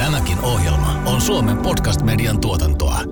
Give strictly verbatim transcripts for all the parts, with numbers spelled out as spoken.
Tämäkin ohjelma on Suomen podcast-median tuotantoa.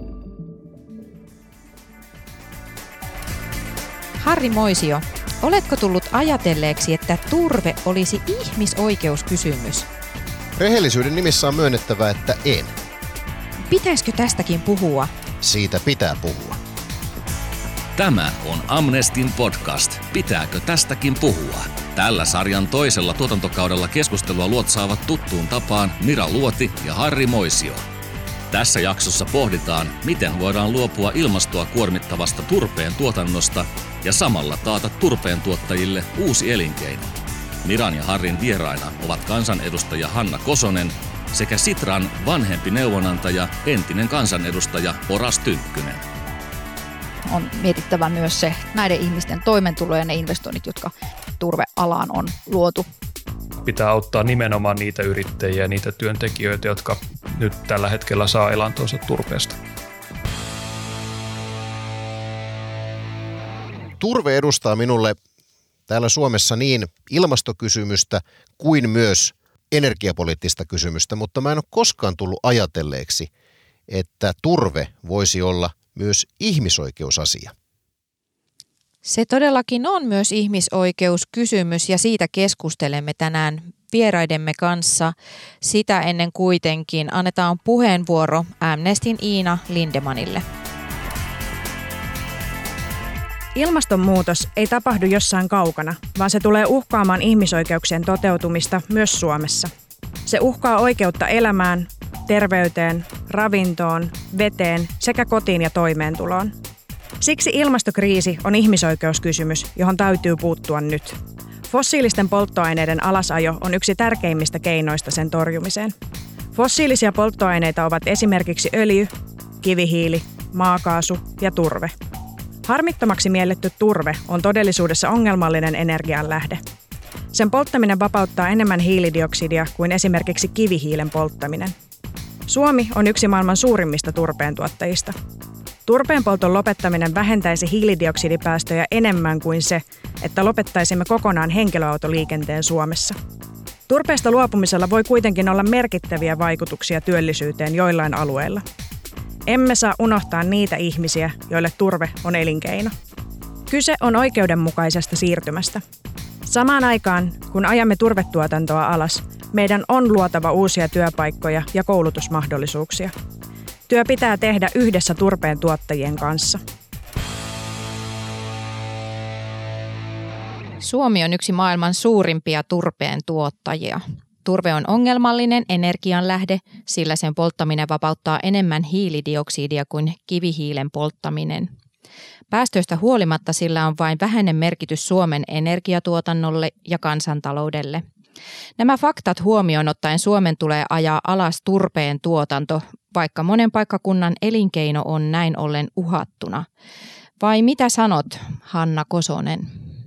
Harri Moisio, oletko tullut ajatelleeksi, että turve olisi ihmisoikeuskysymys? Rehellisyyden nimissä on myönnettävä, että en. Pitäisikö tästäkin puhua? Siitä pitää puhua. Tämä on Amnestin podcast. Pitääkö tästäkin puhua? Tällä sarjan toisella tuotantokaudella keskustelua luotsaavat tuttuun tapaan Mira Luoti ja Harri Moisio. Tässä jaksossa pohditaan, miten voidaan luopua ilmastoa kuormittavasta turpeen tuotannosta ja samalla taata turpeen tuottajille uusi elinkeino. Miran ja Harrin vieraina ovat kansanedustaja Hanna Kosonen sekä Sitran vanhempi neuvonantaja, entinen kansanedustaja Oras Tynkkynen. On mietittävä myös se näiden ihmisten toimeentulo ja ne investoinnit, jotka turvealaan on luotu. Pitää auttaa nimenomaan niitä yrittäjiä ja niitä työntekijöitä, jotka nyt tällä hetkellä saa elantonsa turpeesta. Turve edustaa minulle täällä Suomessa niin ilmastokysymystä kuin myös energiapoliittista kysymystä, mutta mä en ole koskaan tullut ajatelleeksi, että turve voisi olla myös ihmisoikeusasia. Se todellakin on myös ihmisoikeuskysymys ja siitä keskustelemme tänään vieraidemme kanssa. Sitä ennen kuitenkin annetaan puheenvuoro Amnestin Iina Lindemanille. Ilmastonmuutos ei tapahdu jossain kaukana, vaan se tulee uhkaamaan ihmisoikeuksien toteutumista myös Suomessa. Se uhkaa oikeutta elämään, terveyteen, ravintoon, veteen sekä kotiin ja toimeentuloon. Siksi ilmastokriisi on ihmisoikeuskysymys, johon täytyy puuttua nyt. Fossiilisten polttoaineiden alasajo on yksi tärkeimmistä keinoista sen torjumiseen. Fossiilisia polttoaineita ovat esimerkiksi öljy, kivihiili, maakaasu ja turve. Harmittomaksi mielletty turve on todellisuudessa ongelmallinen energianlähde. Sen polttaminen vapauttaa enemmän hiilidioksidia kuin esimerkiksi kivihiilen polttaminen. Suomi on yksi maailman suurimmista turpeen tuottajista. Turpeen polton lopettaminen vähentäisi hiilidioksidipäästöjä enemmän kuin se, että lopettaisimme kokonaan henkilöautoliikenteen Suomessa. Turpeesta luopumisella voi kuitenkin olla merkittäviä vaikutuksia työllisyyteen joillain alueilla. Emme saa unohtaa niitä ihmisiä, joille turve on elinkeino. Kyse on oikeudenmukaisesta siirtymästä. Samaan aikaan, kun ajamme turvetuotantoa alas, meidän on luotava uusia työpaikkoja ja koulutusmahdollisuuksia. Työ pitää tehdä yhdessä turpeen tuottajien kanssa. Suomi on yksi maailman suurimpia turpeen tuottajia. Turve on ongelmallinen energianlähde, sillä sen polttaminen vapauttaa enemmän hiilidioksidia kuin kivihiilen polttaminen. Päästöistä huolimatta sillä on vain vähäinen merkitys Suomen energiatuotannolle ja kansantaloudelle. Nämä faktat huomioon ottaen Suomen tulee ajaa alas turpeen tuotanto, vaikka monen paikkakunnan elinkeino on näin ollen uhattuna. Vai mitä sanot, Hanna Kosonen?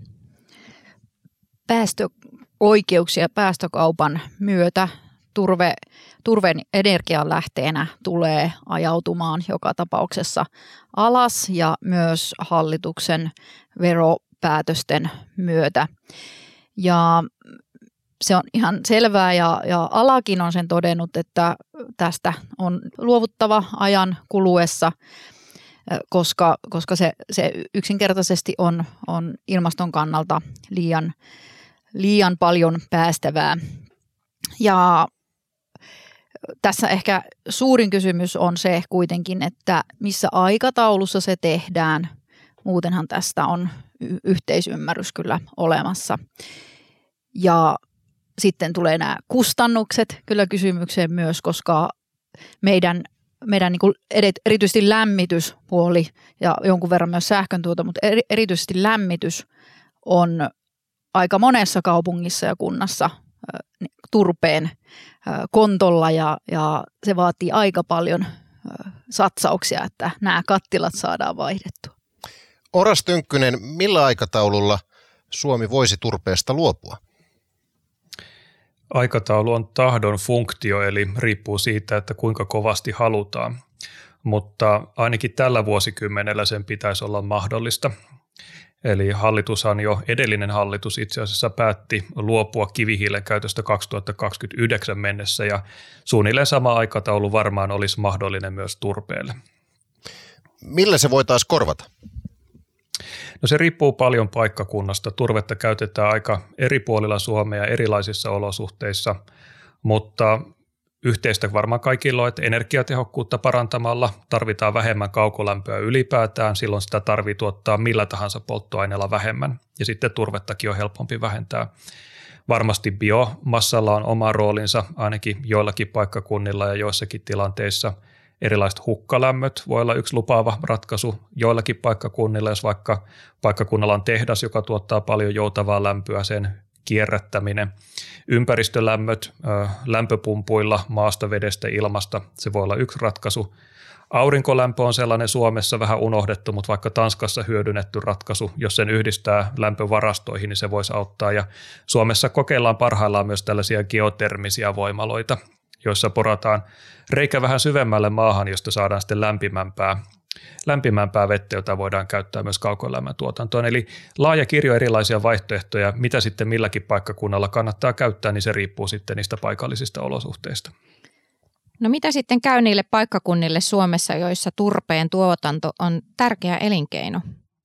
Päästöoikeuksia päästökaupan myötä turve, turven energianlähteenä tulee ajautumaan joka tapauksessa alas ja myös hallituksen veropäätösten myötä. Ja se on ihan selvää ja, ja alakin on sen todennut, että tästä on luovuttava ajan kuluessa, koska, koska se, se yksinkertaisesti on, on ilmaston kannalta liian, liian paljon päästävää. Ja tässä ehkä suurin kysymys on se kuitenkin, että missä aikataulussa se tehdään. Muutenhan tästä on y- yhteisymmärrys kyllä olemassa. Ja sitten tulee nämä kustannukset kyllä kysymykseen myös, koska meidän, meidän niin kuin erityisesti lämmityspuoli ja jonkun verran myös sähköntuotanto, mutta erityisesti lämmitys on aika monessa kaupungissa ja kunnassa turpeen kontolla ja, ja se vaatii aika paljon satsauksia, että nämä kattilat saadaan vaihdettua. Oras Tynkkynen, millä aikataululla Suomi voisi turpeesta luopua? Aikataulu on tahdon funktio, eli riippuu siitä, että kuinka kovasti halutaan, mutta ainakin tällä vuosikymmenellä sen pitäisi olla mahdollista. Eli hallitushan jo, edellinen hallitus itse asiassa päätti luopua kivihiilen käytöstä kaksituhattakaksikymmentäyhdeksän mennessä ja suunnilleen sama aikataulu varmaan olisi mahdollinen myös turpeelle. Millä se voitaisiin korvata? No se riippuu paljon paikkakunnasta. Turvetta käytetään aika eri puolilla Suomea erilaisissa olosuhteissa, mutta yhteistä varmaan kaikilla on, että energiatehokkuutta parantamalla tarvitaan vähemmän kaukolämpöä ylipäätään, silloin sitä tarvitsee tuottaa millä tahansa polttoaineella vähemmän ja sitten turvettakin on helpompi vähentää. Varmasti biomassalla on oma roolinsa ainakin joillakin paikkakunnilla ja joissakin tilanteissa. Erilaiset hukkalämmöt voi olla yksi lupaava ratkaisu joillakin paikkakunnilla, jos vaikka paikkakunnalla on tehdas, joka tuottaa paljon joutavaa lämpöä, sen kierrättäminen. Ympäristölämmöt lämpöpumpuilla maasta, vedestä, ilmasta, se voi olla yksi ratkaisu. Aurinkolämpö on sellainen Suomessa vähän unohdettu, mutta vaikka Tanskassa hyödynnetty ratkaisu, jos sen yhdistää lämpövarastoihin, niin se voisi auttaa. Ja Suomessa kokeillaan parhaillaan myös tällaisia geotermisiä voimaloita, joissa porataan reikä vähän syvemmälle maahan, josta saadaan sitten lämpimämpää, lämpimämpää vettä, jota voidaan käyttää myös kaukolämmön tuotantoon. Eli laaja kirjo erilaisia vaihtoehtoja, mitä sitten milläkin paikkakunnalla kannattaa käyttää, niin se riippuu sitten niistä paikallisista olosuhteista. No mitä sitten käy niille paikkakunnille Suomessa, joissa turpeen tuotanto on tärkeä elinkeino?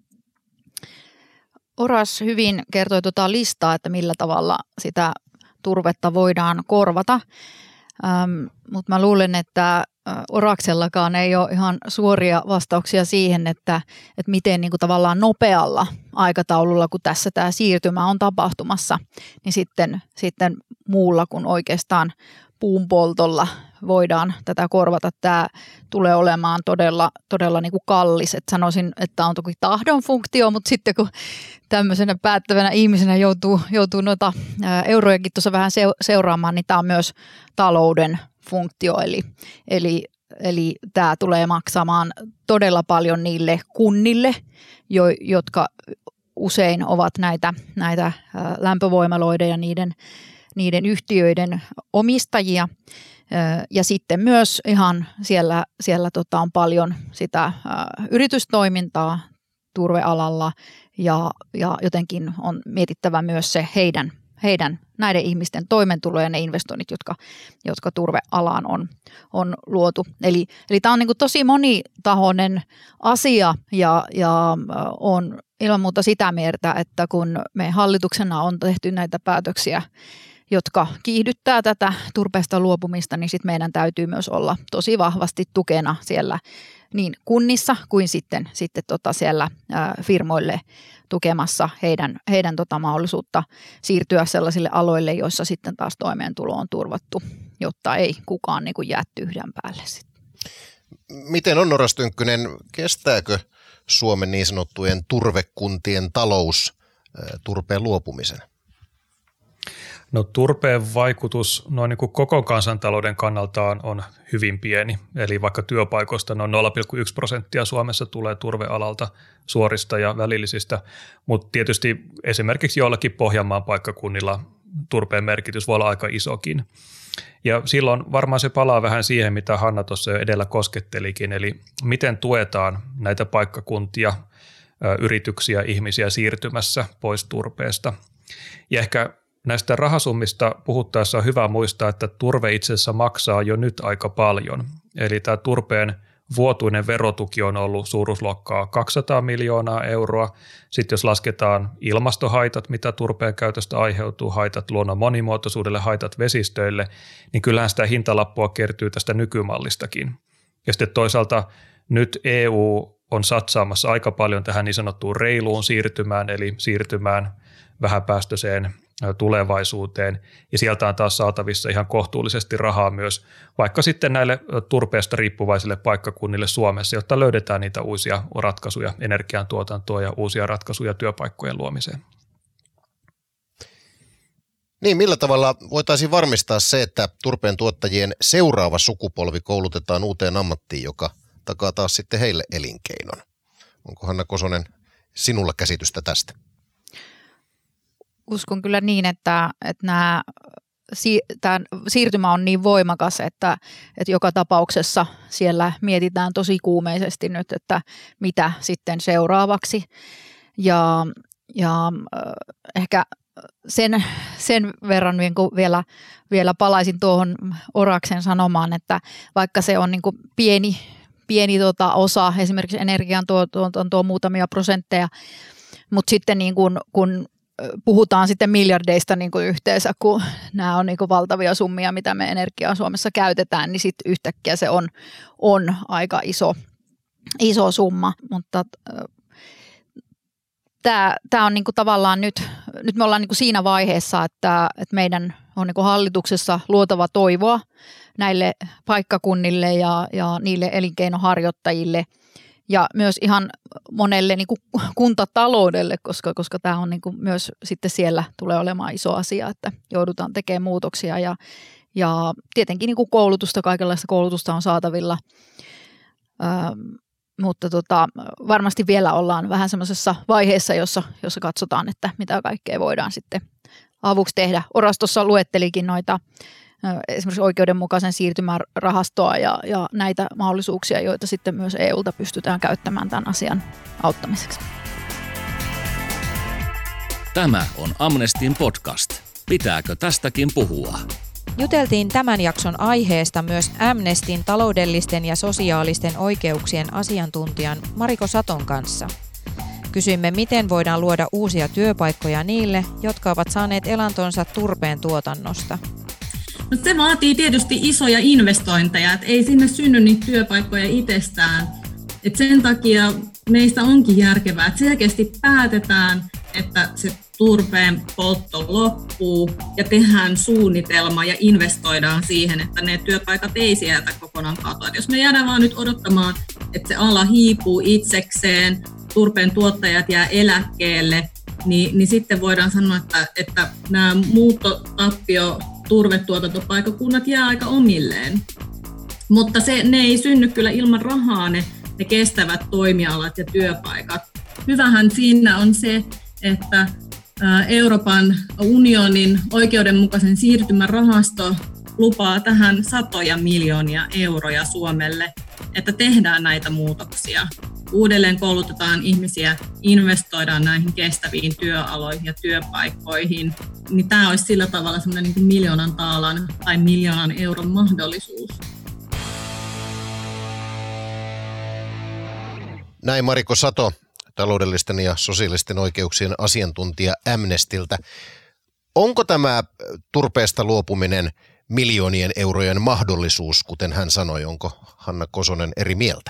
Oras hyvin kertoi tuota listaa, että millä tavalla sitä turvetta voidaan korvata. Ähm, mutta mä luulen, että Oraksellakaan ei ole ihan suoria vastauksia siihen, että, että miten niin kuin tavallaan nopealla aikataululla, kun tässä tämä siirtymä on tapahtumassa, niin sitten, sitten muulla kuin oikeastaan puun poltolla voidaan tätä korvata. Tämä tulee olemaan todella, todella niin kuin kallis. Et sanoisin, että on toki tahdon funktio, mutta sitten kun tämmöisenä päättävänä ihmisenä joutuu, joutuu noita eurojakin tuossa vähän seuraamaan, niin tämä on myös talouden funktio. Eli, eli, eli tämä tulee maksamaan todella paljon niille kunnille, jo, jotka usein ovat näitä, näitä lämpövoimaloiden ja niiden niiden yhtiöiden omistajia ja sitten myös ihan siellä, siellä tota on paljon sitä yritystoimintaa turvealalla ja, ja jotenkin on mietittävä myös se heidän, heidän näiden ihmisten toimeentulo ja ne investoinnit, jotka, jotka turvealaan on, on luotu. Eli, eli tämä on niin kuin tosi monitahoinen asia ja, ja on ilman muuta sitä mieltä, että kun me hallituksena on tehty näitä päätöksiä, jotka kiihdyttää tätä turpeesta luopumista, niin sitten meidän täytyy myös olla tosi vahvasti tukena siellä niin kunnissa kuin sitten, sitten tota siellä ää, firmoille tukemassa heidän, heidän tota mahdollisuutta siirtyä sellaisille aloille, joissa sitten taas toimeentulo on turvattu, jotta ei kukaan niin kuin jää tyhjän päälle sitten. Miten on, Oras Tynkkynen, kestääkö Suomen niin sanottujen turvekuntien talous ää, turpeen luopumisen? No turpeen vaikutus noin niin kuin koko kansantalouden kannalta on, on hyvin pieni, eli vaikka työpaikoista noin nolla pilkku yksi prosenttia Suomessa tulee turvealalta suorista ja välillisistä, mutta tietysti esimerkiksi joillakin Pohjanmaan paikkakunnilla turpeen merkitys voi olla aika isokin. Ja silloin varmaan se palaa vähän siihen, mitä Hanna tuossa jo edellä koskettelikin, eli miten tuetaan näitä paikkakuntia, yrityksiä, ihmisiä siirtymässä pois turpeesta. Ja ehkä näistä rahasummista puhuttaessa on hyvä muistaa, että turve itse asiassa maksaa jo nyt aika paljon. Eli tämä turpeen vuotuinen verotuki on ollut suuruusluokkaa kaksisataa miljoonaa euroa. Sitten jos lasketaan ilmastohaitat, mitä turpeen käytöstä aiheutuu, haitat luonnon monimuotoisuudelle, haitat vesistöille, niin kyllähän sitä hintalappua kertyy tästä nykymallistakin. Ja sitten toisaalta nyt E U on satsaamassa aika paljon tähän niin sanottuun reiluun siirtymään, eli siirtymään vähäpäästöiseen tulevaisuuteen, ja sieltä on taas saatavissa ihan kohtuullisesti rahaa myös vaikka sitten näille turpeesta riippuvaisille paikkakunnille Suomessa, jotta löydetään niitä uusia ratkaisuja energiantuotantoon ja uusia ratkaisuja työpaikkojen luomiseen. Niin, millä tavalla voitaisiin varmistaa se, että turpeen tuottajien seuraava sukupolvi koulutetaan uuteen ammattiin, joka takaa taas sitten heille elinkeinon? Onko Hanna Kosonen sinulla käsitystä tästä? Uskon kyllä niin, että, että nämä, tämä siirtymä on niin voimakas, että, että joka tapauksessa siellä mietitään tosi kuumeisesti nyt, että mitä sitten seuraavaksi. Ja, ja ehkä sen, sen verran niin kuin vielä, vielä palaisin tuohon Oraksen sanomaan, että vaikka se on niin kuin pieni, pieni tota osa, esimerkiksi energian tuo, tuo, tuo, tuo muutamia prosentteja, mutta sitten niin kuin, kun puhutaan sitten miljardeista niin kuin yhteensä, kun nämä on niin kuin valtavia summia, mitä me energiaa Suomessa käytetään, niin sitten yhtäkkiä se on, on aika iso, iso summa, mutta Tämä, tämä on niin kuin tavallaan nyt, nyt me ollaan niin kuin siinä vaiheessa, että, että meidän on niin kuin hallituksessa luotava toivoa näille paikkakunnille ja, ja niille elinkeinoharjoittajille ja myös ihan monelle niin kuin kuntataloudelle, koska, koska tämä on niin kuin myös sitten siellä tulee olemaan iso asia, että joudutaan tekemään muutoksia ja, ja tietenkin niin kuin koulutusta, kaikenlaista koulutusta on saatavilla. Ähm, Mutta tota, varmasti vielä ollaan vähän semmoisessa vaiheessa, jossa, jossa katsotaan, että mitä kaikkea voidaan sitten avuksi tehdä. Oras tuossa luettelikin noita esimerkiksi oikeudenmukaisen siirtymän rahastoa ja, ja näitä mahdollisuuksia, joita sitten myös E U:lta pystytään käyttämään tämän asian auttamiseksi. Tämä on Amnestin podcast. Pitääkö tästäkin puhua? Juteltiin tämän jakson aiheesta myös Amnestin taloudellisten ja sosiaalisten oikeuksien asiantuntijan Mariko Saton kanssa. Kysyimme, miten voidaan luoda uusia työpaikkoja niille, jotka ovat saaneet elantonsa turpeen tuotannosta. No se vaatii tietysti isoja investointeja, että ei sinne synny niitä työpaikkoja itsestään. Et sen takia meistä onkin järkevää, että selkeästi päätetään, että se turpeen poltto loppuu ja tehdään suunnitelma ja investoidaan siihen, että ne työpaikat ei sieltä kokonaan katoa. Jos me jäädään vaan nyt odottamaan, että se ala hiipuu itsekseen, turpeen tuottajat jää eläkkeelle, niin, niin sitten voidaan sanoa, että, että nämä muuttotappio turvetuotantopaikkakunnat jää aika omilleen. Mutta se, ne ei synny kyllä ilman rahaa ne, ne kestävät toimialat ja työpaikat. Hyvähän siinä on se, että Euroopan unionin oikeudenmukaisen siirtymän rahasto lupaa tähän satoja miljoonia euroja Suomelle, että tehdään näitä muutoksia. Uudelleen koulutetaan ihmisiä, investoidaan näihin kestäviin työaloihin ja työpaikkoihin. Niin tämä olisi sillä tavalla semmoinen niin kuin miljoonan taalan tai miljoonan euron mahdollisuus. Näin Mariko Sato, taloudellisten ja sosiaalisten oikeuksien asiantuntija Amnestiltä. Onko tämä turpeesta luopuminen miljoonien eurojen mahdollisuus, kuten hän sanoi? Onko Hanna Kosonen eri mieltä?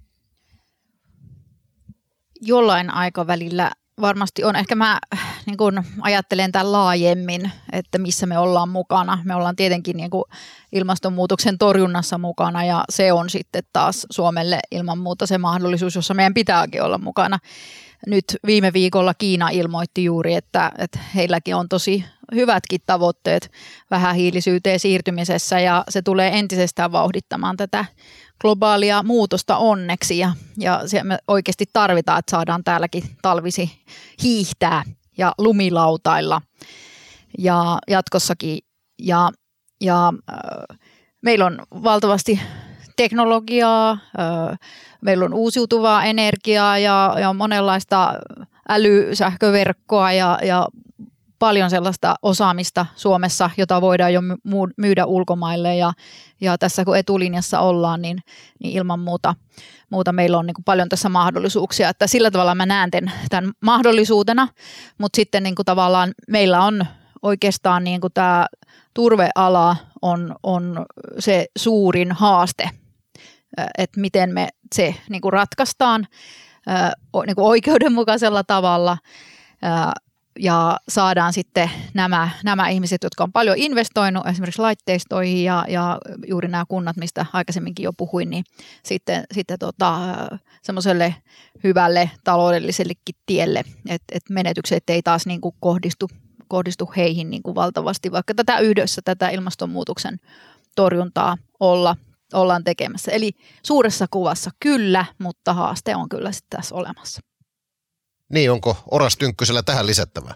Jollain aikavälillä varmasti on. Ehkä mä niin kun ajattelen tämän laajemmin, että missä me ollaan mukana. Me ollaan tietenkin niin kun ilmastonmuutoksen torjunnassa mukana ja se on sitten taas Suomelle ilman muuta se mahdollisuus, jossa meidän pitääkin olla mukana. Nyt viime viikolla Kiina ilmoitti juuri, että, että heilläkin on tosi hyvätkin tavoitteet vähähiilisyyteen siirtymisessä ja se tulee entisestään vauhdittamaan tätä globaalia muutosta onneksi ja, ja se me oikeasti tarvitaan, että saadaan täälläkin talvisi hiihtää ja lumilautailla ja jatkossakin. Ja, ja äh, meillä on valtavasti teknologiaa, äh, meillä on uusiutuvaa energiaa ja, ja monenlaista älysähköverkkoa ja, ja paljon sellaista osaamista Suomessa, jota voidaan jo myydä ulkomaille ja, ja tässä kun etulinjassa ollaan, niin, niin ilman muuta, muuta meillä on niin kuin paljon tässä mahdollisuuksia, että sillä tavalla mä näen tämän, tämän mahdollisuutena, mutta sitten niin kuin tavallaan meillä on oikeastaan niin kuin tämä turveala on, on se suurin haaste, että miten me se niin kuin ratkaistaan niin kuin oikeudenmukaisella tavalla ja saadaan sitten nämä, nämä ihmiset, jotka on paljon investoinut esimerkiksi laitteistoihin ja, ja juuri nämä kunnat, mistä aikaisemminkin jo puhuin, niin sitten, sitten tota, semmoiselle hyvälle taloudellisellekin tielle, että et menetykset ei taas niin kuin kohdistu, kohdistu heihin niin kuin valtavasti, vaikka tätä yhdessä, tätä ilmastonmuutoksen torjuntaa olla, ollaan tekemässä. Eli suuressa kuvassa kyllä, mutta haaste on kyllä sitten tässä olemassa. Niin, onko Oras Tynkkysellä tähän lisättävää?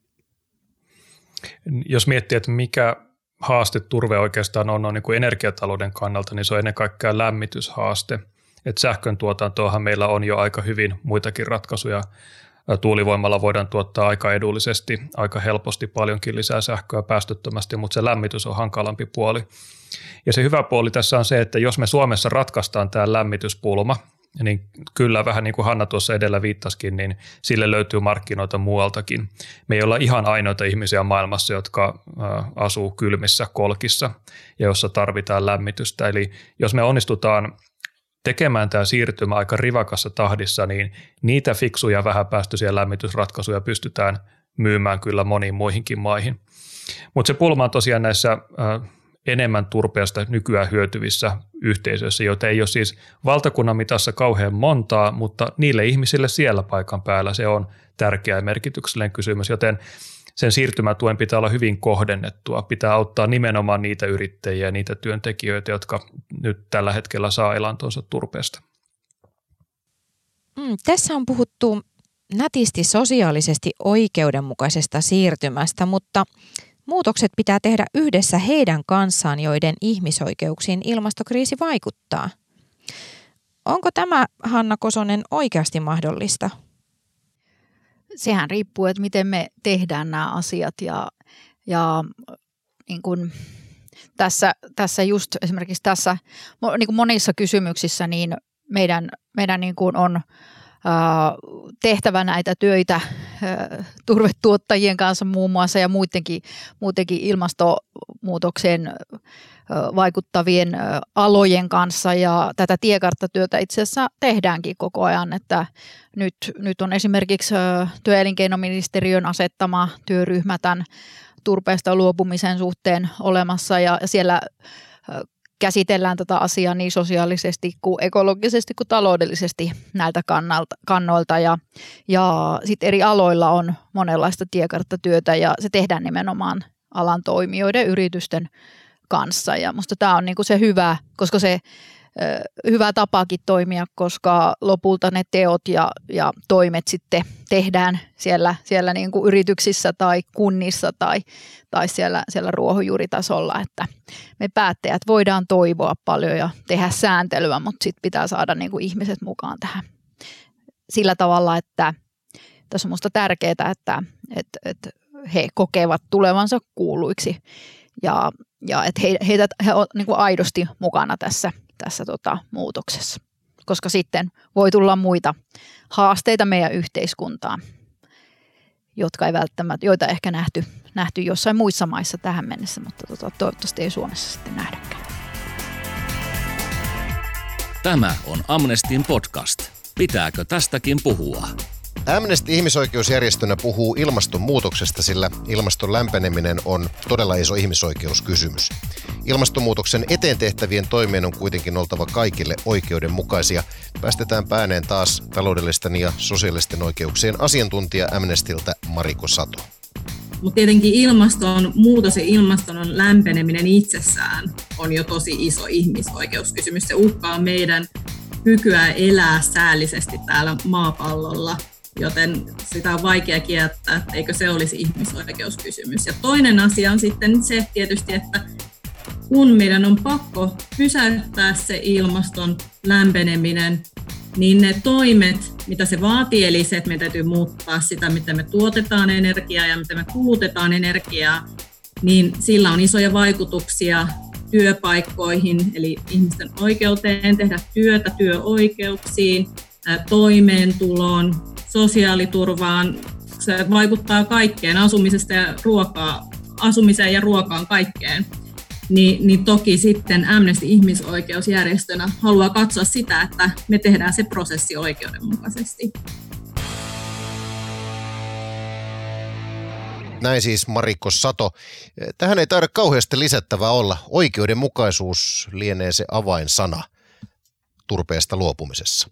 Jos miettii, että mikä haaste turve oikeastaan on, on niin kuin energiatalouden kannalta, niin se on ennen kaikkea lämmityshaaste. Et sähkön tuotantoahan meillä on jo aika hyvin muitakin ratkaisuja Tuulivoimalla voidaan tuottaa aika edullisesti, aika helposti paljonkin lisää sähköä päästöttömästi, mutta se lämmitys on hankalampi puoli. Ja se hyvä puoli tässä on se, että jos me Suomessa ratkaistaan tämä lämmityspulma, niin kyllä vähän niin kuin Hanna tuossa edellä viittasikin, niin sille löytyy markkinoita muualtakin. Me ei olla ihan ainoita ihmisiä maailmassa, jotka asuu kylmissä kolkissa ja jossa tarvitaan lämmitystä. Eli jos me onnistutaan tekemään tämä siirtymä aika rivakassa tahdissa, niin niitä fiksuja vähäpäästöisiä lämmitysratkaisuja pystytään myymään kyllä moniin muihinkin maihin. Mutta se pulma on tosiaan näissä enemmän turpeesta nykyään hyötyvissä yhteisöissä, joita ei ole siis valtakunnan mitassa kauhean montaa, mutta niille ihmisille siellä paikan päällä se on tärkeä ja merkityksellinen kysymys, joten sen siirtymätuen pitää olla hyvin kohdennettua. Pitää auttaa nimenomaan niitä yrittäjiä ja niitä työntekijöitä, jotka nyt tällä hetkellä saa elantonsa turpeesta. Mm, tässä on puhuttu nätisti sosiaalisesti oikeudenmukaisesta siirtymästä, mutta muutokset pitää tehdä yhdessä heidän kanssaan, joiden ihmisoikeuksiin ilmastokriisi vaikuttaa. Onko tämä, Hanna Kosonen, oikeasti mahdollista? Sehän riippuu, että miten me tehdään nämä asiat ja, ja niin kuin tässä, tässä just esimerkiksi tässä niin kuin monissa kysymyksissä niin meidän, meidän niin kuin on tehtävä näitä töitä turvetuottajien kanssa muun muassa ja muidenkin, muidenkin ilmastonmuutokseen vaikuttavien alojen kanssa ja tätä tiekarttatyötä itse asiassa tehdäänkin koko ajan, että nyt, nyt on esimerkiksi työ- ja elinkeinoministeriön asettama työryhmä tämän turpeesta luopumisen suhteen olemassa ja siellä käsitellään tätä asiaa niin sosiaalisesti kuin ekologisesti kuin taloudellisesti näiltä kannalta, kannoilta ja, ja sitten eri aloilla on monenlaista tiekarttatyötä ja se tehdään nimenomaan alan toimijoiden yritysten kanssa ja musta tämä on niinku se hyvä, koska se ö, hyvä tapakin toimia, koska lopulta ne teot ja, ja toimet sitten tehdään siellä, siellä niinku yrityksissä tai kunnissa tai, tai siellä, siellä ruohonjuuritasolla, että me päättäjät voidaan toivoa paljon ja tehdä sääntelyä, mutta sitten pitää saada niinku ihmiset mukaan tähän sillä tavalla, että tässä on musta tärkeää, että, että, että he kokevat tulevansa kuuluiksi ja Ja että he, heitä, he ovat niin kuin aidosti mukana tässä, tässä tota, muutoksessa, koska sitten voi tulla muita haasteita meidän yhteiskuntaan, jotka ei välttämättä, joita ehkä nähty, nähty jossain muissa maissa tähän mennessä, mutta tota, toivottavasti ei Suomessa sitten nähdäkään. Tämä on Amnestyn podcast. Pitääkö tästäkin puhua? Amnesty ihmisoikeusjärjestönä puhuu ilmastonmuutoksesta, sillä ilmaston lämpeneminen on todella iso ihmisoikeuskysymys. Ilmastonmuutoksen eteen tehtävien toimien on kuitenkin oltava kaikille oikeudenmukaisia. Päästetään pääneen taas taloudellisten ja sosiaalisten oikeuksien asiantuntija Amnestyltä Mariko Sato. Mutta tietenkin ilmastonmuutos ja ilmaston lämpeneminen itsessään on jo tosi iso ihmisoikeuskysymys. Se uhkaa meidän kykyä elää säällisesti täällä maapallolla, joten sitä on vaikea kieltää, että eikö se olisi ihmisoikeuskysymys. Ja toinen asia on sitten se tietysti, että kun meidän on pakko pysäyttää se ilmaston lämpeneminen, niin ne toimet, mitä se vaatii, eli se, että meidän täytyy muuttaa sitä, miten me tuotetaan energiaa ja miten me kulutetaan energiaa, niin sillä on isoja vaikutuksia työpaikkoihin, eli ihmisten oikeuteen tehdä työtä, työoikeuksiin, toimeentuloon, sosiaaliturvaan. Se vaikuttaa kaikkeen, asumisesta ja ruokaa, asumiseen ja ruokaan kaikkeen. Niin, niin toki sitten Amnesty ihmisoikeusjärjestönä haluaa katsoa sitä, että me tehdään se prosessi oikeudenmukaisesti. Näin siis Mariko Sato. Tähän ei taida kauheasti lisättävää olla. Oikeudenmukaisuus lienee se avainsana turpeesta luopumisessa.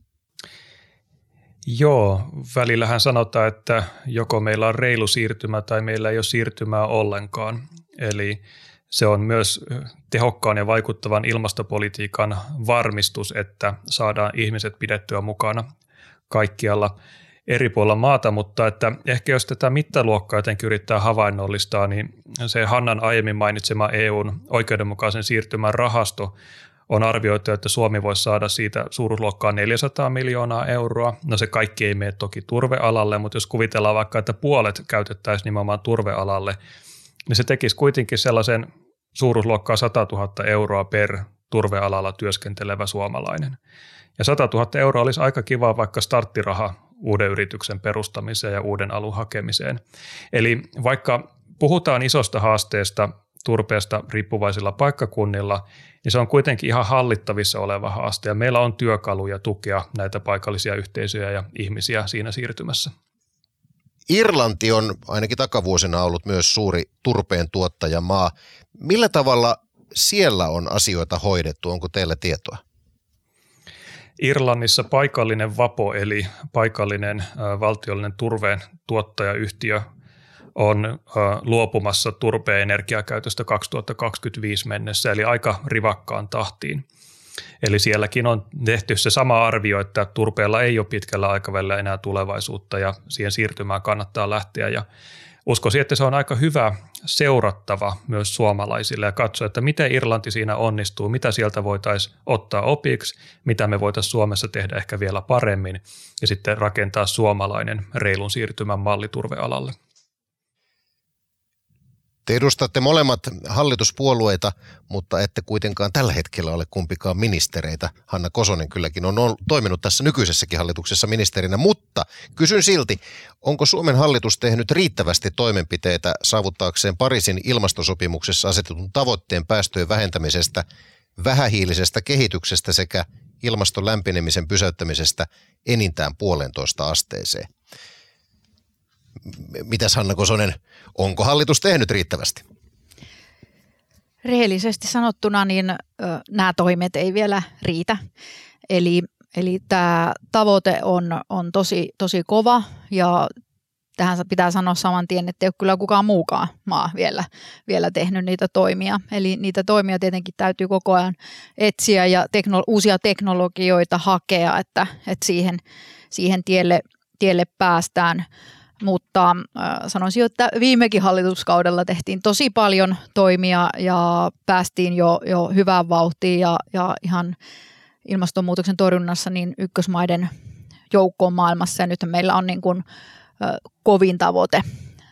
Joo, välillähän sanotaan, että joko meillä on reilu siirtymä tai meillä ei ole siirtymää ollenkaan. Eli se on myös tehokkaan ja vaikuttavan ilmastopolitiikan varmistus, että saadaan ihmiset pidettyä mukana kaikkialla eri puolilla maata, mutta että ehkä jos tätä mittaluokkaa jotenkin yrittää havainnollistaa, niin se Hannan aiemmin mainitsema E U:n oikeudenmukaisen siirtymän rahasto on arvioitu, että Suomi voisi saada siitä suuruusluokkaa neljäsataa miljoonaa euroa. No se kaikki ei mene toki turvealalle, mutta jos kuvitellaan vaikka, että puolet käytettäisiin nimenomaan turvealalle, niin se tekisi kuitenkin sellaisen suuruusluokkaa sata tuhatta euroa per turvealalla työskentelevä suomalainen. Ja sata tuhatta euroa olisi aika kiva vaikka starttiraha uuden yrityksen perustamiseen ja uuden alun hakemiseen. Eli vaikka puhutaan isosta haasteesta turpeesta riippuvaisilla paikkakunnilla, niin se on kuitenkin ihan hallittavissa oleva haaste ja meillä on työkaluja tukea näitä paikallisia yhteisöjä ja ihmisiä siinä siirtymässä. Irlanti on ainakin takavuosina ollut myös suuri turpeen tuottajamaa. Millä tavalla siellä on asioita hoidettu? Onko teillä tietoa? Irlannissa paikallinen Vapo eli paikallinen valtiollinen turpeen tuottajayhtiö on luopumassa turpeen energiakäytöstä kaksituhattakaksikymmentäviisi mennessä, eli aika rivakkaan tahtiin. Eli sielläkin on tehty se sama arvio, että turpeella ei ole pitkällä aikavälillä enää tulevaisuutta ja siihen siirtymään kannattaa lähteä. Ja uskoisin, että se on aika hyvä seurattava myös suomalaisille ja katsoa, että miten Irlanti siinä onnistuu, mitä sieltä voitaisiin ottaa opiksi, mitä me voitaisiin Suomessa tehdä ehkä vielä paremmin ja sitten rakentaa suomalainen reilun siirtymän malli turvealalle. Te edustatte molemmat hallituspuolueita, mutta ette kuitenkaan tällä hetkellä ole kumpikaan ministereitä. Hanna Kosonen kylläkin on ollut, toiminut tässä nykyisessäkin hallituksessa ministerinä, mutta kysyn silti, onko Suomen hallitus tehnyt riittävästi toimenpiteitä saavuttaakseen Pariisin ilmastosopimuksessa asetetun tavoitteen päästöjen vähentämisestä, vähähiilisestä kehityksestä sekä ilmaston lämpenemisen pysäyttämisestä enintään puolentoista asteeseen? Mitäs Hanna Kosonen, onko hallitus tehnyt riittävästi? Rehellisesti sanottuna niin ö, nämä toimet ei vielä riitä. Eli, eli tämä tavoite on, on tosi, tosi kova ja tähän pitää sanoa saman tien, että ei ole kyllä kukaan muukaan maa vielä, vielä tehnyt niitä toimia. Eli niitä toimia tietenkin täytyy koko ajan etsiä ja teknolo- uusia teknologioita hakea, että, että siihen, siihen tielle, tielle päästään. Mutta äh, sanoisin, että viimekin hallituskaudella tehtiin tosi paljon toimia ja päästiin jo, jo hyvään vauhtiin ja, ja ihan ilmastonmuutoksen torjunnassa niin ykkösmaiden joukkoon maailmassa. Ja nyt meillä on niin kuin, äh, kovin tavoite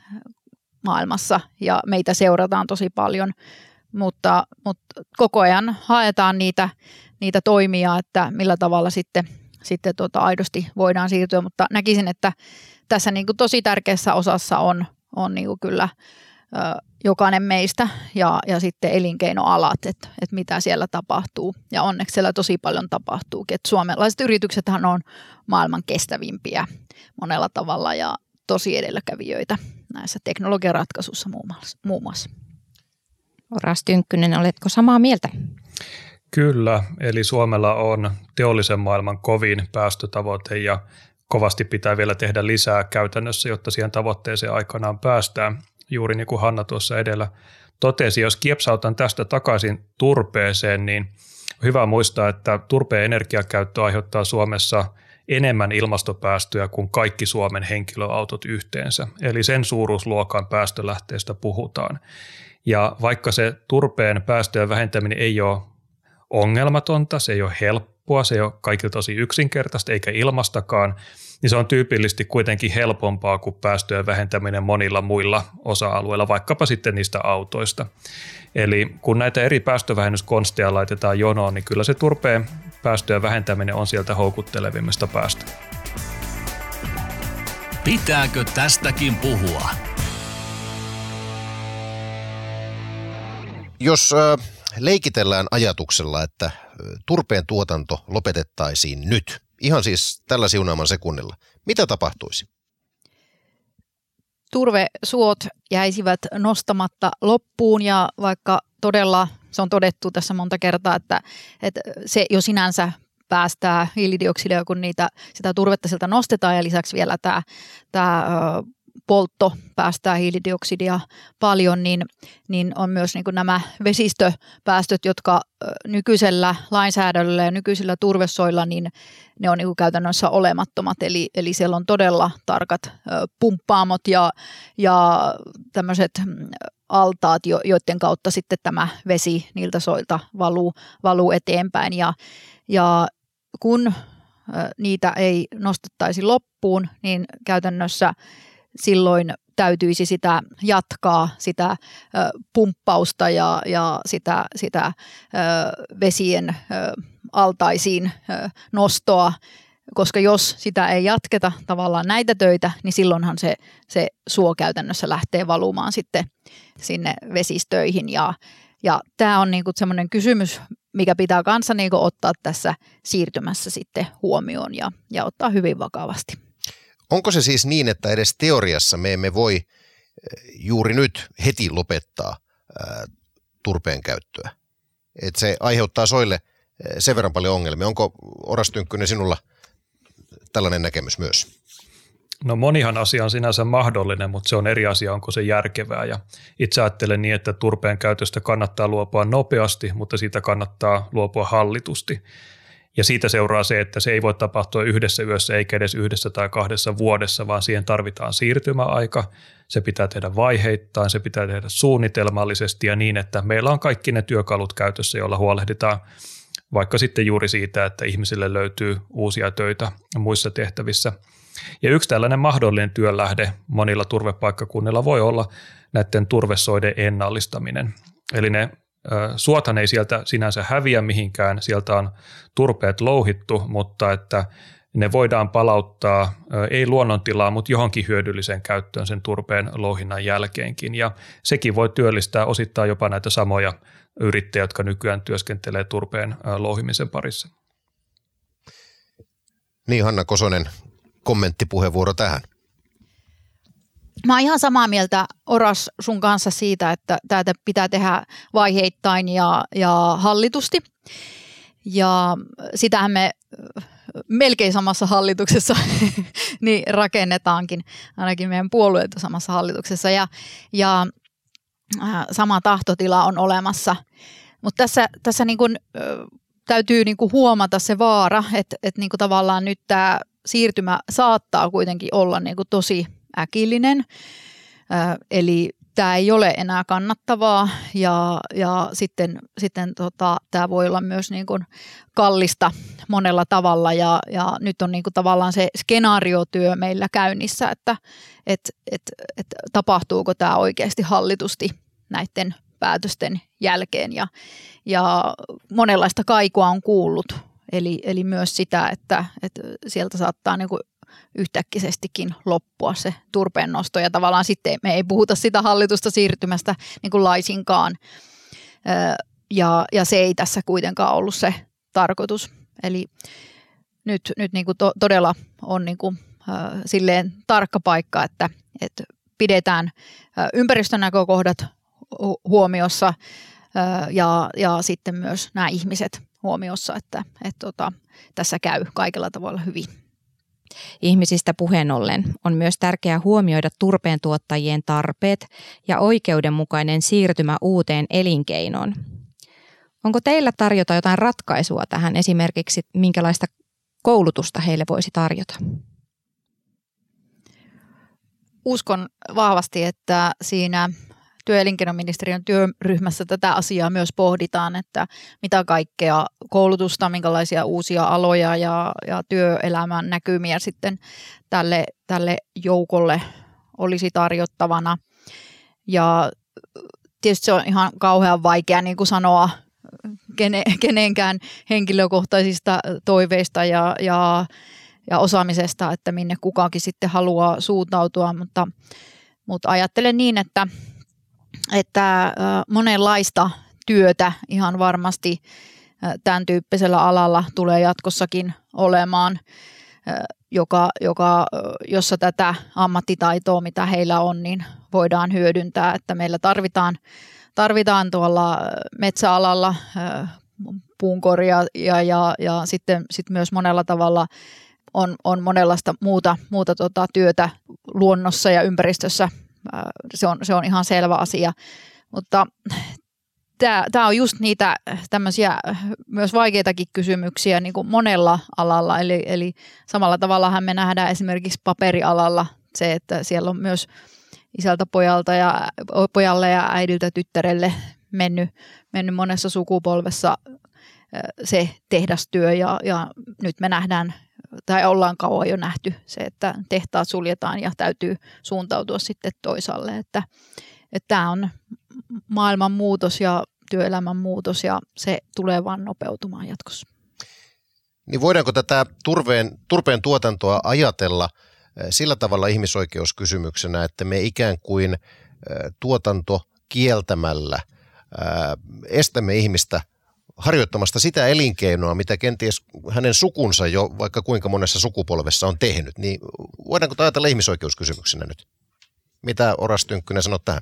maailmassa ja meitä seurataan tosi paljon, mutta, mutta koko ajan haetaan niitä, niitä toimia, että millä tavalla sitten, sitten tota aidosti voidaan siirtyä, mutta näkisin, että tässä niin kuin tosi tärkeässä osassa on, on niin kuin kyllä ö, jokainen meistä ja, ja sitten elinkeinoalat, että, että mitä siellä tapahtuu. Ja onneksi siellä tosi paljon tapahtuukin. Että suomalaiset yrityksethän on maailman kestävimpiä monella tavalla ja tosi edelläkävijöitä näissä teknologiaratkaisuissa muun muassa. Oras Tynkkynen, oletko samaa mieltä? Kyllä, eli Suomella on teollisen maailman kovin päästötavoite ja kovasti pitää vielä tehdä lisää käytännössä, jotta siihen tavoitteeseen aikanaan päästään. Juuri niin kuin Hanna tuossa edellä totesi, jos kiepsautan tästä takaisin turpeeseen, niin on hyvä muistaa, että turpeen energiakäyttö aiheuttaa Suomessa enemmän ilmastopäästöjä kuin kaikki Suomen henkilöautot yhteensä. Eli sen suuruusluokan päästölähteestä puhutaan. Ja vaikka se turpeen päästöjen vähentäminen ei ole ongelmatonta, se ei ole helppoa, se ei ole kaikilta tosi yksinkertaista eikä ilmastakaan, niin se on tyypillisesti kuitenkin helpompaa kuin päästöjen vähentäminen monilla muilla osa-alueilla, vaikkapa sitten niistä autoista. Eli kun näitä eri päästövähennyskonsteja laitetaan jonoon, niin kyllä se turpeen päästöjen vähentäminen on sieltä houkuttelevimmista päästä. Pitääkö tästäkin puhua? Jos äh, leikitellään ajatuksella, että turpeen tuotanto lopetettaisiin nyt, ihan siis tällä siunaaman sekunnilla, mitä tapahtuisi? Turvesuot jäisivät nostamatta loppuun ja vaikka todella se on todettu tässä monta kertaa, että, että se jo sinänsä päästää hiilidioksidia, kun niitä, sitä turvetta sieltä nostetaan ja lisäksi vielä tämä, tämä poltto päästää hiilidioksidia paljon, niin, niin on myös niin kuin nämä vesistöpäästöt, jotka nykyisellä lainsäädännöllä ja nykyisillä turvesoilla, niin ne on niin kuin käytännössä olemattomat. Eli, eli siellä on todella tarkat pumppaamot ja, ja tämmöiset altaat, joiden kautta sitten tämä vesi niiltä soilta valuu, valuu eteenpäin. Ja, ja kun niitä ei nostettaisi loppuun, niin käytännössä silloin täytyisi sitä jatkaa, sitä ö, pumppausta ja, ja sitä, sitä ö, vesien ö, altaisiin ö, nostoa, koska jos sitä ei jatketa tavallaan näitä töitä, niin silloinhan se, se suo käytännössä lähtee valumaan sitten sinne vesistöihin. Ja, ja tämä on niinku semmoinen kysymys, mikä pitää kanssa niinku ottaa tässä siirtymässä sitten huomioon ja, ja ottaa hyvin vakavasti. Onko se siis niin, että edes teoriassa me emme voi juuri nyt heti lopettaa ää, turpeen käyttöä? Että se aiheuttaa soille sen verran paljon ongelmia. Onko, Oras Tynkkynen, sinulla tällainen näkemys myös? No monihan asia on sinänsä mahdollinen, mutta se on eri asia, onko se järkevää. Ja itse ajattelen niin, että turpeen käytöstä kannattaa luopua nopeasti, mutta siitä kannattaa luopua hallitusti. Ja siitä seuraa se, että se ei voi tapahtua yhdessä yössä eikä edes yhdessä tai kahdessa vuodessa, vaan siihen tarvitaan siirtymäaika. Se pitää tehdä vaiheittain, se pitää tehdä suunnitelmallisesti ja niin, että meillä on kaikki ne työkalut käytössä, joilla huolehditaan vaikka sitten juuri siitä, että ihmisille löytyy uusia töitä muissa tehtävissä. Ja yksi tällainen mahdollinen työnlähde monilla turvepaikkakunnilla voi olla näiden turvesoiden ennallistaminen. Eli ne suothan ei sieltä sinänsä häviä mihinkään, sieltä on turpeet louhittu, mutta että ne voidaan palauttaa, ei luonnontilaa, mutta johonkin hyödylliseen käyttöön sen turpeen louhinnan jälkeenkin. Ja sekin voi työllistää osittain jopa näitä samoja yrittäjiä, jotka nykyään työskentelee turpeen louhimisen parissa. Niin, Hanna Kosonen, kommenttipuheenvuoro tähän. Mä oon ihan samaa mieltä, Oras, sun kanssa siitä, että tätä pitää tehdä vaiheittain ja, ja hallitusti. Ja sitähän me melkein samassa hallituksessa niin rakennetaankin, ainakin meidän puolueet on samassa hallituksessa. Ja, ja sama tahtotila on olemassa. Mutta tässä, tässä niin kun, täytyy niin kun huomata se vaara, että, että niin kun tavallaan nyt tämä siirtymä saattaa kuitenkin olla niin kun tosi äkillinen. Eli tämä ei ole enää kannattavaa ja, ja sitten, sitten tota, tämä voi olla myös niin kuin kallista monella tavalla ja, ja nyt on niin kuin tavallaan se skenaariotyö meillä käynnissä, että et, et, et tapahtuuko tämä oikeasti hallitusti näiden päätösten jälkeen ja, ja monenlaista kaikua on kuullut, eli, eli myös sitä, että, että sieltä saattaa niin kuin yhtäkkisestikin loppua se turpeen nosto ja tavallaan sitten me ei puhuta sitä hallitusta siirtymästä niin kuin laisinkaan ja, ja se ei tässä kuitenkaan ollut se tarkoitus. Eli nyt, nyt niin kuin to, todella on niin kuin, äh, silleen tarkka paikka, että, että pidetään äh, ympäristönäkökohdat hu- huomiossa äh, ja, ja sitten myös nämä ihmiset huomiossa, että, että tota, tässä käy kaikilla tavalla hyvin. Ihmisistä puheen ollen on myös tärkeää huomioida turpeen tuottajien tarpeet ja oikeudenmukainen siirtymä uuteen elinkeinoon. Onko teillä tarjota jotain ratkaisua tähän, esimerkiksi minkälaista koulutusta heille voisi tarjota? Uskon vahvasti, että siinä työ- ja elinkeinoministeriön työryhmässä tätä asiaa myös pohditaan, että mitä kaikkea koulutusta, minkälaisia uusia aloja ja, ja työelämän näkymiä sitten tälle, tälle joukolle olisi tarjottavana. Ja tietysti se on ihan kauhean vaikea niin kuin sanoa kene, kenenkään henkilökohtaisista toiveista ja, ja, ja osaamisesta, että minne kukakin sitten haluaa suuntautua, mutta, mutta ajattelen niin, että että monenlaista työtä ihan varmasti tämän tyyppisellä alalla tulee jatkossakin olemaan, joka, joka, jossa tätä ammattitaitoa, mitä heillä on, niin voidaan hyödyntää. Että meillä tarvitaan, tarvitaan tuolla metsäalalla puunkorjaa ja, ja, ja sitten sit myös monella tavalla on, on monenlaista muuta, muuta tota työtä luonnossa ja ympäristössä. Se on, se on ihan selvä asia, mutta tämä on just niitä tämmöisiä myös vaikeitakin kysymyksiä niin kuin monella alalla. Eli, eli samalla tavallahan me nähdään esimerkiksi paperialalla se, että siellä on myös isältä pojalta ja pojalle ja äidiltä tyttärelle mennyt, mennyt monessa sukupolvessa se tehdastyö ja, ja nyt me nähdään tai ollaan kauan jo nähty se, että tehtaat suljetaan ja täytyy suuntautua sitten toisaalle, että tämä on maailman muutos ja työelämän muutos ja se tulee vaan nopeutumaan jatkossa. Niin voidaanko tätä turpeen, turpeen tuotantoa ajatella sillä tavalla ihmisoikeuskysymyksenä, että me ikään kuin tuotanto kieltämällä estämme ihmistä harjoittamasta sitä elinkeinoa, mitä kenties hänen sukunsa jo vaikka kuinka monessa sukupolvessa on tehnyt, niin voidaanko ajatella ihmisoikeuskysymyksenä nyt? Mitä Oras Tynkkynen sanoo tähän?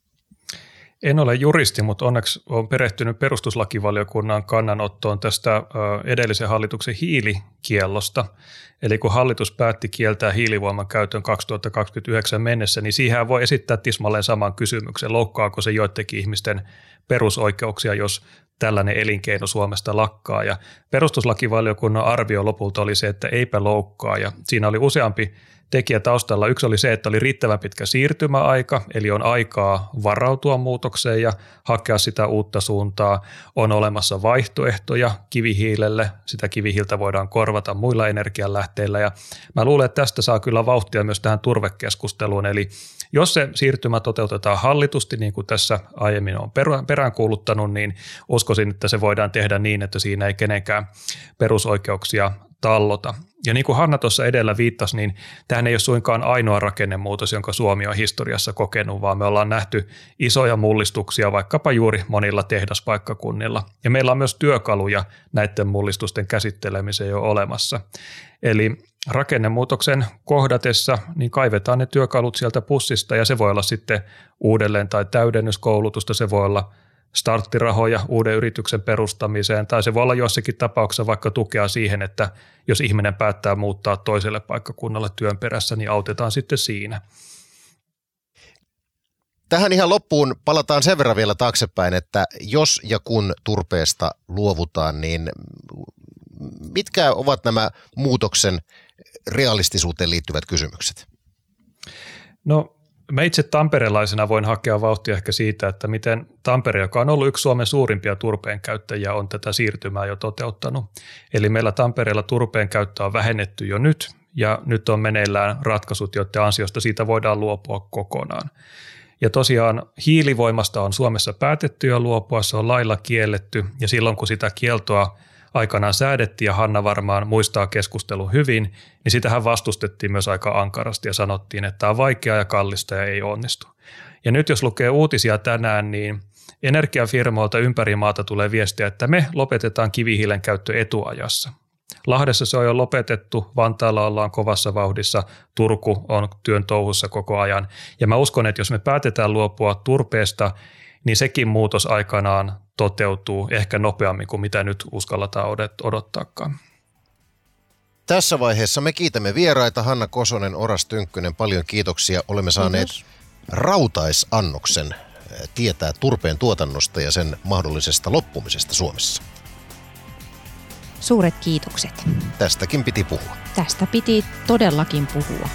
En ole juristi, mutta onneksi olen perehtynyt perustuslakivaliokunnan kannanottoon tästä edellisen hallituksen hiilikiellosta. Eli kun hallitus päätti kieltää hiilivoiman käytön kaksituhattakaksikymmentäyhdeksän mennessä, niin siihen voi esittää tismalleen saman kysymyksen, loukkaako se joidenkin ihmisten perusoikeuksia, jos tällainen elinkeino Suomesta lakkaa. Ja perustuslakivaliokunnan arvio lopulta oli se, että eipä loukkaa, ja siinä oli useampi tekijä taustalla. Yksi oli se, että oli riittävän pitkä siirtymäaika, eli on aikaa varautua muutokseen ja hakea sitä uutta suuntaa. On olemassa vaihtoehtoja kivihiilelle, sitä kivihiiltä voidaan korvata muilla energianlähteillä, ja mä luulen, että tästä saa kyllä vauhtia myös tähän turvekeskusteluun, eli jos se siirtymä toteutetaan hallitusti, niin kuin tässä aiemmin on peräänkuuluttanut, niin uskoisin, että se voidaan tehdä niin, että siinä ei kenenkään perusoikeuksia tallota. Ja niin kuin Hanna tuossa edellä viittasi, niin tämähän ei ole suinkaan ainoa rakennemuutos, jonka Suomi on historiassa kokenut, vaan me ollaan nähty isoja mullistuksia vaikkapa juuri monilla tehdaspaikkakunnilla. Ja meillä on myös työkaluja näiden mullistusten käsittelemiseen jo olemassa. Eli rakennemuutoksen kohdatessa niin kaivetaan ne työkalut sieltä pussista ja se voi olla sitten uudelleen tai täydennyskoulutusta, se voi olla starttirahoja uuden yrityksen perustamiseen tai se voi olla jossakin tapauksessa vaikka tukea siihen, että jos ihminen päättää muuttaa toiselle paikkakunnalle työn perässä, niin autetaan sitten siinä. Tähän ihan loppuun palataan sen verran vielä taaksepäin, että jos ja kun turpeesta luovutaan, niin mitkä ovat nämä muutoksen realistisuuteen liittyvät kysymykset? No mä itse tamperelaisena voin hakea vauhtia ehkä siitä, että miten Tampere, joka on ollut yksi Suomen suurimpia turpeen käyttäjiä, on tätä siirtymää jo toteuttanut. Eli meillä Tampereella turpeen käyttöä on vähennetty jo nyt ja nyt on meneillään ratkaisut, joiden ansiosta siitä voidaan luopua kokonaan. Ja tosiaan hiilivoimasta on Suomessa päätetty jo luopua, se on lailla kielletty ja silloin kun sitä kieltoa aikanaan säädettiin ja Hanna varmaan muistaa keskustelun hyvin, niin sitähän vastustettiin myös aika ankarasti ja sanottiin, että tämä on vaikeaa ja kallista ja ei onnistu. Ja nyt jos lukee uutisia tänään, niin energiafirmoilta ympäri maata tulee viestiä, että me lopetetaan kivihiilen käyttö etuajassa. Lahdessa se on jo lopetettu, Vantaalla ollaan kovassa vauhdissa, Turku on työn touhussa koko ajan. Ja mä uskon, että jos me päätetään luopua turpeesta, niin sekin muutos aikanaan toteutuu ehkä nopeammin kuin mitä nyt uskalletaan odottaakaan. Tässä vaiheessa me kiitämme vieraita Hanna Kosonen, Oras Tynkkynen. Paljon kiitoksia. Olemme saaneet Kiitos. rautaisannoksen tietää turpeen tuotannosta ja sen mahdollisesta loppumisesta Suomessa. Suuret kiitokset. Tästäkin piti puhua. Tästä piti todellakin puhua.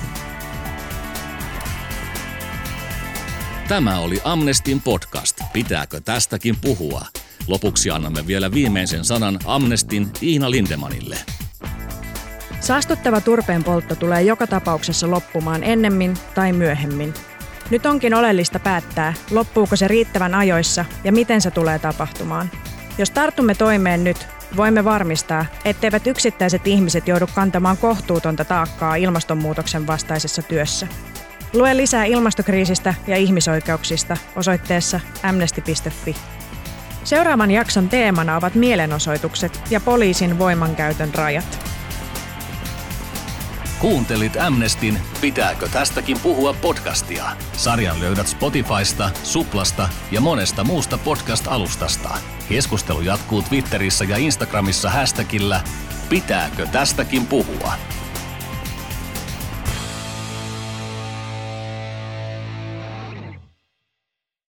Tämä oli Amnestin podcast. Pitääkö tästäkin puhua? Lopuksi annamme vielä viimeisen sanan Amnestin Iina Lindemanille. Saastuttava turpeen poltto tulee joka tapauksessa loppumaan ennemmin tai myöhemmin. Nyt onkin oleellista päättää, loppuuko se riittävän ajoissa ja miten se tulee tapahtumaan. Jos tartumme toimeen nyt, voimme varmistaa, etteivät yksittäiset ihmiset joudu kantamaan kohtuutonta taakkaa ilmastonmuutoksen vastaisessa työssä. Lue lisää ilmastokriisistä ja ihmisoikeuksista osoitteessa amnesty piste fi. Seuraavan jakson teemana ovat mielenosoitukset ja poliisin voimankäytön rajat. Kuuntelit Amnestin Pitääkö tästäkin puhua podcastia? Sarjan löydät Spotifysta, Suplasta ja monesta muusta podcast-alustasta. Keskustelu jatkuu Twitterissä ja Instagramissa hashtagillä Pitääkö tästäkin puhua?